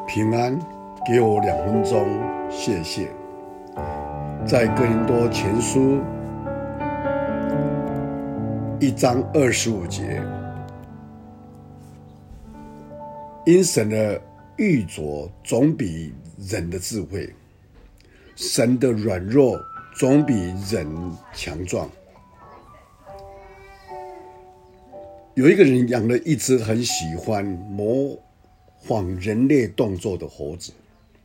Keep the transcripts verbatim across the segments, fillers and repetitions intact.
平安，给我两分钟，谢谢。在哥林多前书一章二十五节，因神的玉琢总比人的智慧，神的软弱总比人强壮。有一个人养了一只很喜欢模仿人类动作的猴子，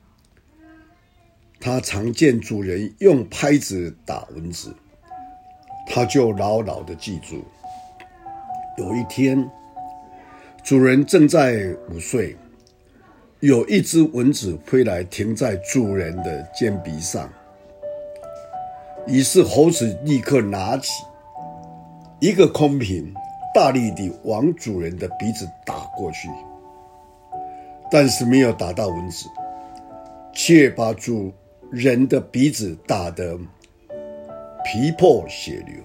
他常见主人用拍子打蚊子，他就牢牢地记住。有一天，主人正在午睡，有一只蚊子飞来停在主人的肩鼻上，于是猴子立刻拿起一个空瓶，大力地往主人的鼻子打过去，但是没有打到蚊子，却把主人的鼻子打得皮破血流。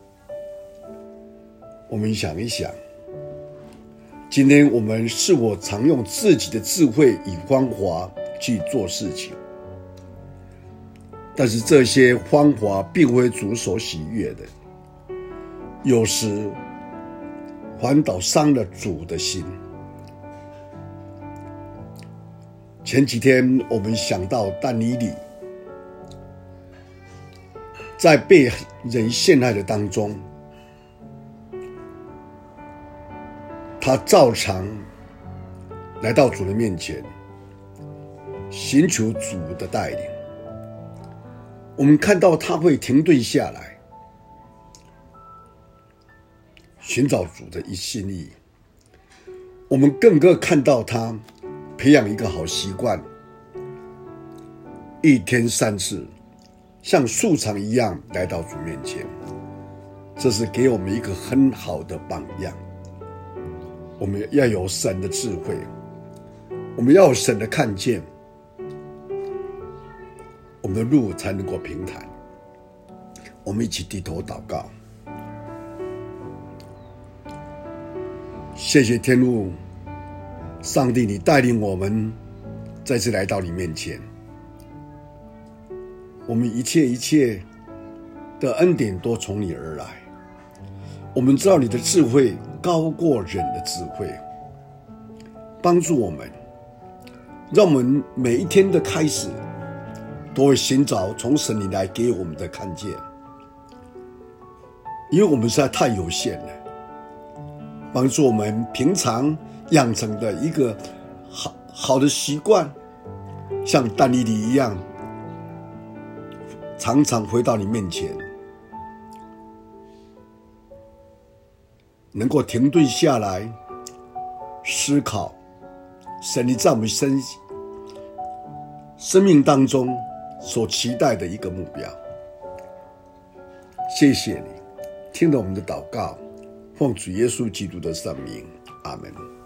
我们想一想，今天我们是否常用自己的智慧与方法去做事情？但是这些方法并非主所喜悦的，有时反倒伤了主的心。前几天我们想到但以理在被人陷害的当中，他照常来到主的面前，寻求主的带领。我们看到他会停顿下来，寻找主的一心意。我们更可看到他培养一个好习惯，一天三次像素常一样来到主面前，这是给我们一个很好的榜样。我们要有神的智慧，我们要有神的看见，我们的路才能够平坦。我们一起低头祷告。谢谢天父上帝，你带领我们再次来到你面前，我们一切一切的恩典都从你而来。我们知道你的智慧高过人的智慧，帮助我们，让我们每一天的开始都会寻找从神你来给我们的看见，因为我们实在太有限了。帮助我们平常养成的一个好好的习惯，像但以理一样，常常回到你面前，能够停顿下来思考神你在我们生生命当中所期待的一个目标。谢谢你听了我们的祷告，奉主耶稣基督的圣名，阿们。